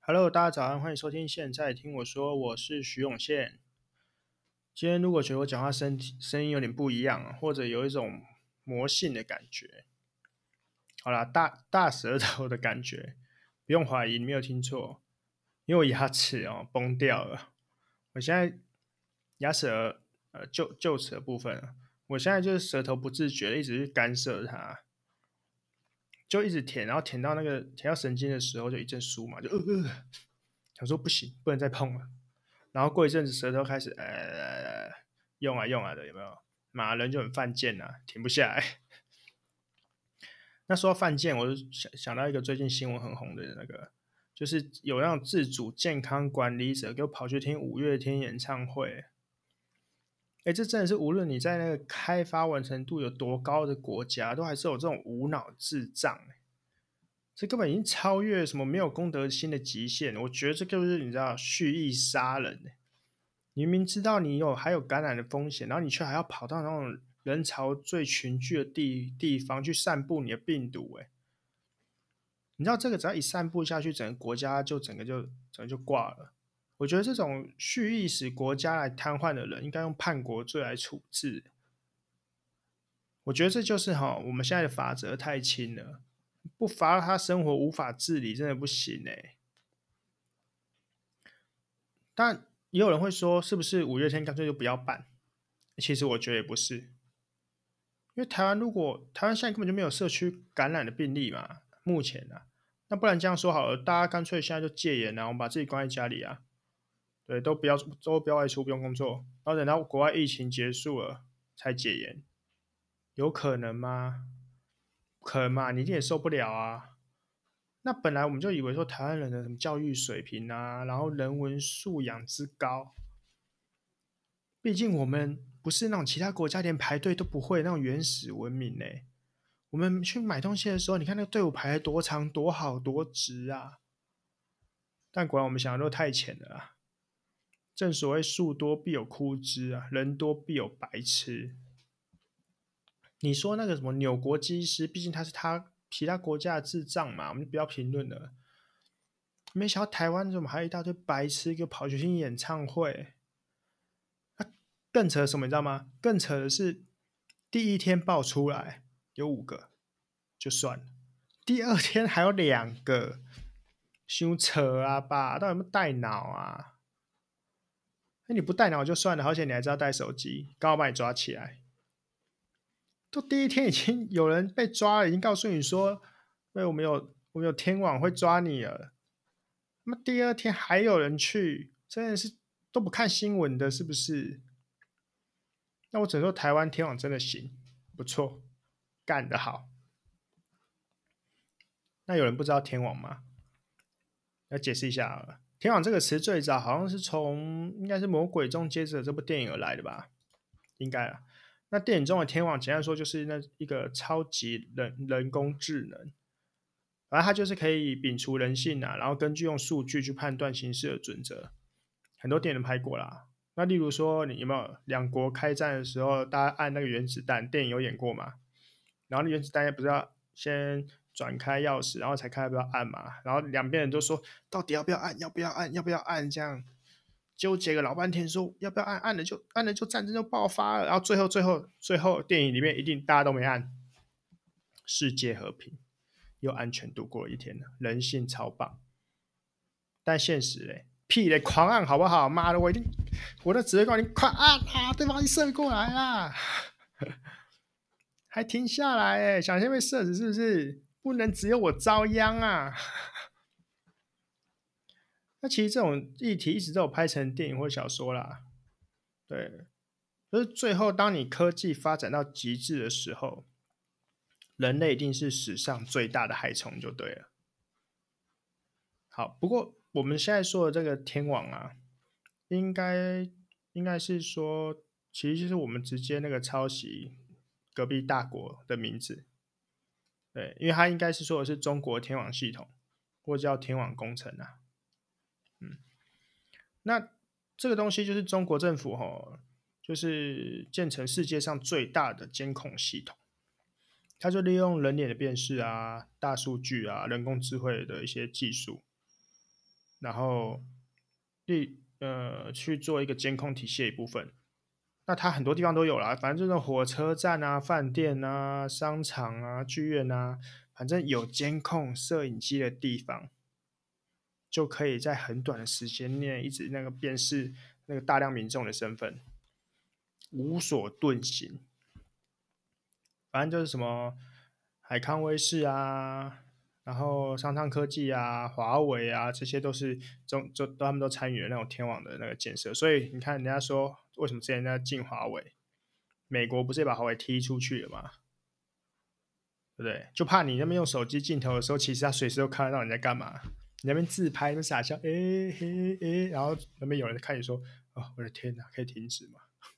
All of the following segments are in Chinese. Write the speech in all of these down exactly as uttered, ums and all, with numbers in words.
Hello，大家早上，欢迎收听现在听我说，我是徐永宪。今天如果觉得我讲话声声音有点不一样啊，或者有一种魔性的感觉，好啦，大大舌头的感觉，不用怀疑，你没有听错，因为我牙齿哦崩掉了。我现在牙齿的呃臼臼齿的部分啊，我现在就是舌头不自觉的一直去干涉它，就一直舔，然后舔到那个舔到神经的时候就一阵酥嘛，就呃呃，想说不行，不能再碰了。然后过一阵子舌头开始呃用啊用啊的，有没有？马人就很犯贱啊，停不下来。那说到犯贱，我就想想到一个最近新闻很红的那个，就是有那种自主健康管理者给我跑去听五月天演唱会。哎，这真的是无论你在那个开发完成度有多高的国家，都还是有这种无脑智障。这根本已经超越什么没有公德心的极限。我觉得这就是你知道蓄意杀人。你明明知道你有还有感染的风险，然后你却还要跑到那种人潮最群聚的地地方去散布你的病毒，哎，你知道这个只要一散布下去，整个国家就整个就整个就挂了。我觉得这种蓄意使国家来瘫痪的人，应该用叛国罪来处置。我觉得这就是哈，我们现在的法则太轻了，不罚他生活无法自理，真的不行哎。但也有人会说，是不是五月天干脆就不要办？其实我觉得也不是，因为台湾如果台湾现在根本就没有社区感染的病例嘛，目前啊，那不然这样说好了，大家干脆现在就戒严啊，我们把自己关在家里啊，对，都不要都不要外出，不用工作，然后等到国外疫情结束了才解严，有可能吗？不可能嘛，你一定也受不了啊。那本来我们就以为说台湾人的什么教育水平啊，然后人文素养之高，毕竟我们不是那种其他国家连排队都不会那种原始文明呢、我们去买东西的时候，你看那个队伍排得多长、多好、多直啊！但果然我们想的都太浅了啊。正所谓树多必有枯枝啊，人多必有白痴。你说那个什么纽国机师，毕竟他是他其他国家的智障嘛，我们就不要评论了。没想到台湾怎么还有一大堆白痴给我跑去听演唱会？更扯什么你知道吗？更扯的是，第一天爆出来有五个就算了，第二天还有两个，凶扯啊吧？到底有没有带脑啊？那你不带脑就算了，而且你还知道带手机，刚好把你抓起来。都第一天已经有人被抓了，已经告诉你说，对，我们有我们有天网会抓你了。那么第二天还有人去，真的是都不看新闻的，是不是？那我只能说台湾天网真的行，不错，干得好。那有人不知道天网吗？要解释一下好了。天网这个词最早好像是从应该是《魔鬼终结者》这部电影而来的吧？应该啊。那电影中的天网，简单说就是那一个超级人人工智能，反正它就是可以摒除人性啊，然后根据用数据去判断形势的准则。很多电影拍过啦。那例如说，你有没有两国开战的时候，大家按那个原子弹，电影有演过嘛？然后那原子弹不是要先转开钥匙，然后才看要不要按嘛？然后两边人都说到底要不要按，要不要按，要不要按，这样纠结个老半天，说要不要按，按了就按了就战争就爆发了，然后最后最后最后电影里面一定大家都没按，世界和平又安全度过了一天了，人性超棒。但现实嘞，屁嘞，狂按好不好？妈的，我一定我的指挥官，你快按啊！对方一射过来啊！还停下来哎，想先被射死是不是？不能只有我遭殃啊！那其实这种议题一直都有拍成电影或小说啦。对，就是最后当你科技发展到极致的时候，人类一定是史上最大的害虫就对了。好，不过我们现在说的这个天网啊，应该应该是说，其实就是我们直接那个抄袭隔壁大国的名字。对，因为它应该是说的是中国天网系统，或者叫天网工程啊。嗯，那这个东西就是中国政府吼，就是建成世界上最大的监控系统，它就利用人脸的辨识啊、大数据啊、人工智慧的一些技术， 然后立呃去做一个监控体系的一部分。那它很多地方都有啦，反正就是火车站啊、饭店啊、商场啊、剧院啊，反正有监控摄影机的地方，就可以在很短的时间内一直那个辨识那个大量民众的身份，无所遁形。反正就是什么海康威视啊，然后商汤科技啊、华为啊，这些都是中就他们都参与了那种天网的那个建设。所以你看，人家说为什么之前在禁华为，美国不是也把华为踢出去了吗？对不对？就怕你那边用手机镜头的时候，其实他随时都看得到你在干嘛。你那边自拍，那边傻笑，哎嘿哎，然后那边有人看你说：“哦，我的天哪，可以停止吗？”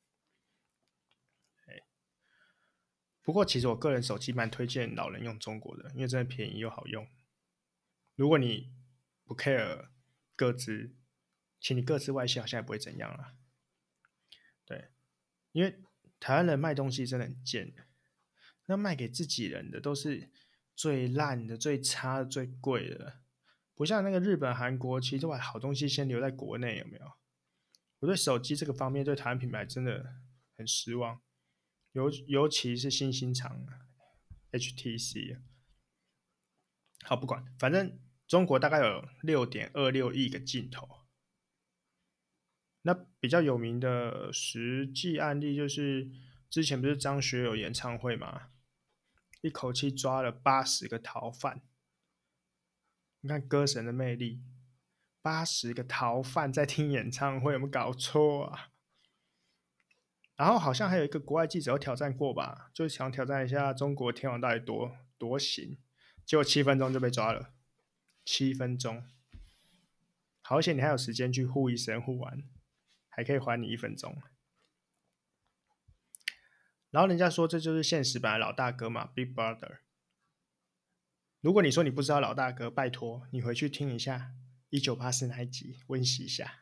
不过其实我个人手机蛮推荐老人用中国的，因为真的便宜又好用。如果你不 care 个资，请你个资外泄好像也不会怎样啦。对，因为台湾人卖东西真的很贱，那卖给自己人的都是最烂的、最差的、最贵的，不像那个日本、韩国，其实都把好东西先留在国内，有没有？我对手机这个方面，对台湾品牌真的很失望，尤尤其是新兴厂 H T C。好，不管，反正中国大概有六点二六亿个镜头。那比较有名的实际案例就是，之前不是张学友演唱会嘛，一口气抓了八十个逃犯。你看歌神的魅力，八十个逃犯在听演唱会，有没有搞错啊？然后好像还有一个国外记者有挑战过吧，就是想挑战一下中国天网到底多多行，结果七分钟就被抓了，七分钟。好险你还有时间去护一声护完，还可以还你一分钟。然后人家说这就是现实版的老大哥嘛 ，Big Brother。如果你说你不知道老大哥，拜托你回去听一下一九八四那一集，温习一下。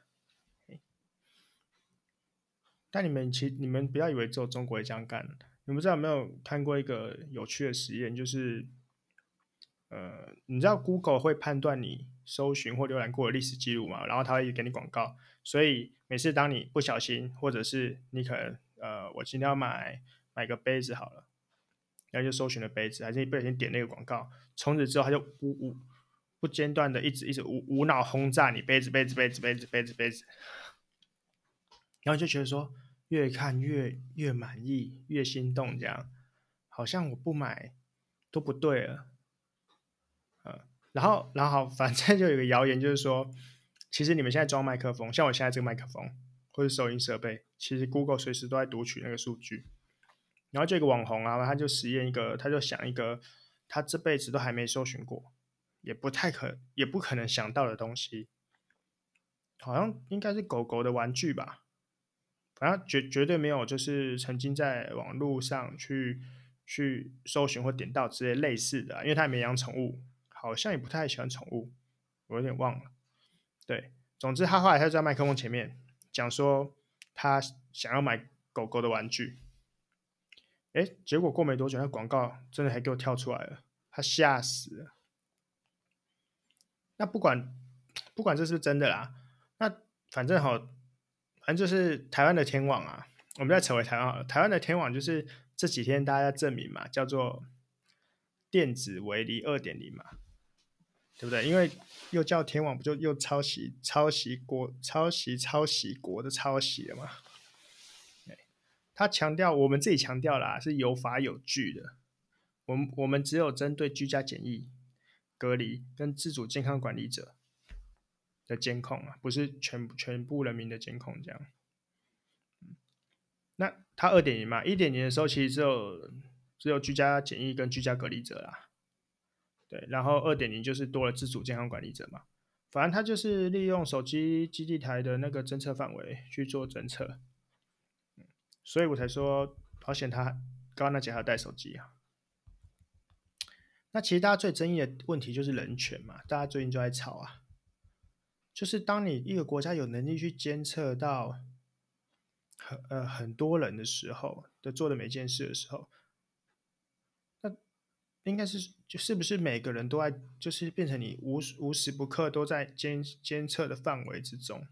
但你们其你们不要以为只有中国会这样干，你们不知道有没有看过一个有趣的实验，就是呃，你知道 Google 会判断你搜寻或浏览过的历史记录嘛？然后它会给你广告，所以每次当你不小心，或者是你可能呃，我今天要买买个杯子好了，然后就搜寻了杯子，还是你不小心点那个广告，从此之后它就无无不间断的一直一直无无脑轰炸你杯子杯子杯子杯子杯子杯子，然后就觉得说越看越越满意，越心动，这样好像我不买都不对了。呃，然后，然后好，反正就有一个谣言，就是说，其实你们现在装麦克风，像我现在这个麦克风或者收音设备，其实 Google 随时都在读取那个数据。然后就一个网红啊，他就实验一个，他就想一个他这辈子都还没搜寻过，也不太可，也不可能想到的东西，好像应该是狗狗的玩具吧。反正绝绝对没有，就是曾经在网络上去去搜寻或点到之类类似的啊，因为他也没养宠物，好像也不太喜欢宠物，我有点忘了。对，总之他后来他就在麦克风前面讲说他想要买狗狗的玩具，诶，结果过没多久，那广告真的还给我跳出来了，他吓死了。那不管不管这是不是真的啦，那反正好，反正就是台湾的天网啊，我们再扯回台湾好了。台湾的天网就是这几天大家证明嘛，叫做电子围篱二点零嘛，对不对？因为又叫天网，不就又抄袭抄袭国抄袭抄袭国的抄袭了嘛？他强调，我们自己强调啦，是有法有据的。我们我们只有针对居家检疫、隔离跟自主健康管理者的监控啊，不是全全部人民的监控这样。那它二点零嘛，一点零的时候其实只有只有居家检疫跟居家隔离者啦，对，然后二点零就是多了自主健康管理者嘛，反正它就是利用手机基地台的那个侦测范围去做侦测，所以我才说保险它刚刚那姐还要带手机啊。那其实大家最争议的问题就是人权嘛，大家最近就在吵啊，就是当你一个国家有能力去监测到很呃很多人的时候的做的每件事的时候，那应该是就是不是每个人都在，就是变成你无时无时不刻都在监监测的范围之中。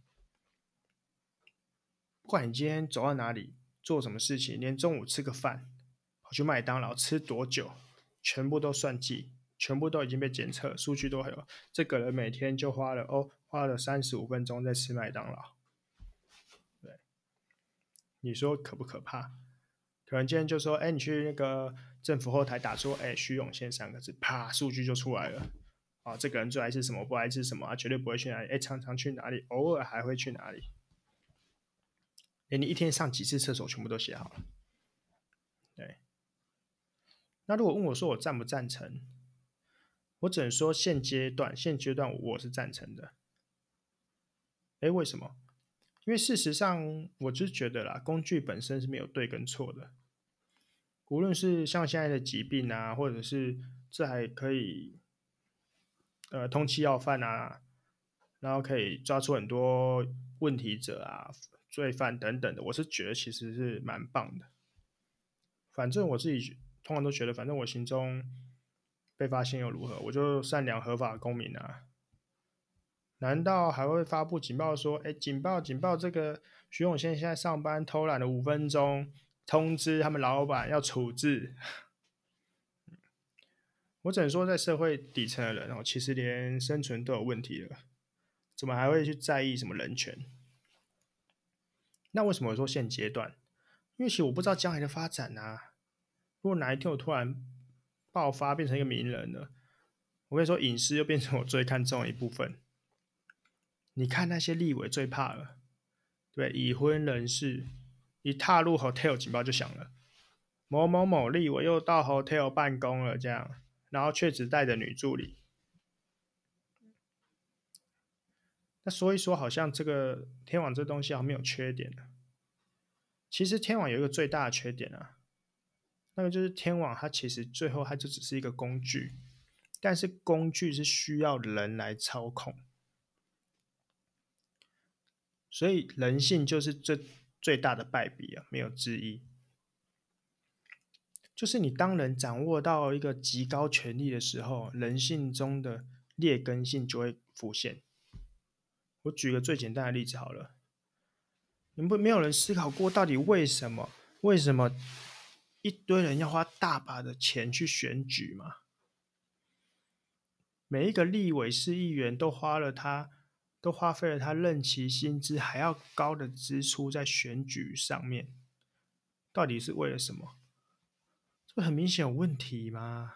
不管你今天走到哪里，做什么事情，连中午吃个饭，跑去麦当劳吃多久，全部都算计，全部都已经被检测，数据都有。这个人每天就花了哦，花了三十五分钟在吃麦当劳，对，你说可不可怕？可能今天就说，哎，你去那个政府后台打出，哎，徐永宪三个字，啪，数据就出来了。啊，这个人最爱吃什么，不爱吃什么，啊，绝对不会去哪里，哎，常常去哪里，偶尔还会去哪里。连你一天上几次厕所全部都写好了。对，那如果问我说我赞不赞成，我只能说现阶段，现阶段我是赞成的。哎，为什么？因为事实上，我就是觉得啦，工具本身是没有对跟错的。无论是像现在的疾病啊，或者是这还可以呃通缉要犯啊，然后可以抓出很多问题者啊、罪犯等等的，我是觉得其实是蛮棒的。反正我自己通常都觉得，反正我心中被发现又如何？我就善良合法的公民啊，难道还会发布警报说，哎，警报警报，这个徐永宪现在上班偷懒了五分钟，通知他们老板要处置？我只能说，在社会底层的人哦，其实连生存都有问题了，怎么还会去在意什么人权？那为什么我说现阶段？因为其实我不知道将来的发展啊。如果哪一天我突然爆发变成一个名人了，我跟你说，隐私又变成我最看重的一部分。你看那些立委最怕了，对，已婚人士一踏入 hotel 警报就响了，某某某立委又到 hotel 办公了，这样，然后却只带着女助理。那所以说，好像这个天网这东西好像没有缺点了。其实天网有一个最大的缺点啊，那个就是天网它其实最后它就只是一个工具，但是工具是需要人来操控，所以人性就是最最大的败笔啊，没有之一。就是你当人掌握到一个极高权力的时候，人性中的劣根性就会浮现。我举个最简单的例子好了，你们不没有人思考过，到底为什么为什么一堆人要花大把的钱去选举吗？每一个立委市议员都花了他都花费了他任期薪资还要高的支出在选举上面，到底是为了什么？这很明显有问题吗？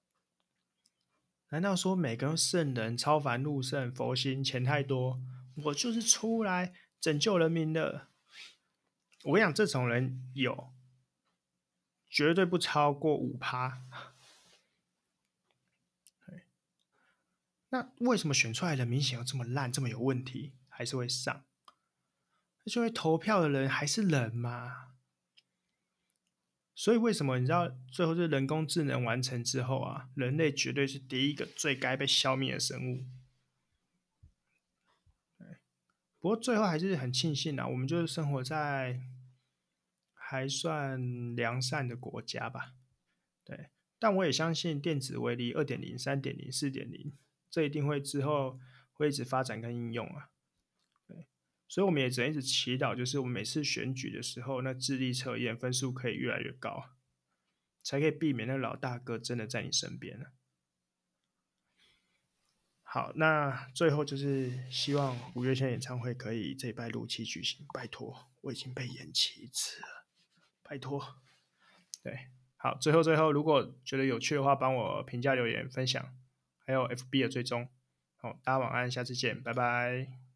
难道说每个圣人超凡入圣，佛心钱太多，我就是出来拯救人民的？我跟你讲，这种人有，绝对不超过五趴。那为什么选出来的明显有这么烂，这么有问题，还是会上？那就会投票的人还是人嘛？所以为什么你知道最后是人工智能完成之后啊，人类绝对是第一个最该被消灭的生物。不过最后还是很庆幸啊，我们就是生活在还算良善的国家吧。对，但我也相信电子威力二点零、三点零、四点零，这一定会之后会一直发展跟应用啊。对，所以我们也只能一直祈祷，就是我们每次选举的时候，那智力测验分数可以越来越高，才可以避免那老大哥真的在你身边了。好，那最后就是希望五月天演唱会可以这一拜如期举行，拜托，我已经被延期一次了，拜托。对，好，最后最后，如果觉得有趣的话，帮我评价留言分享，还有 F B 的追踪。好，大家晚安，下次见，拜拜。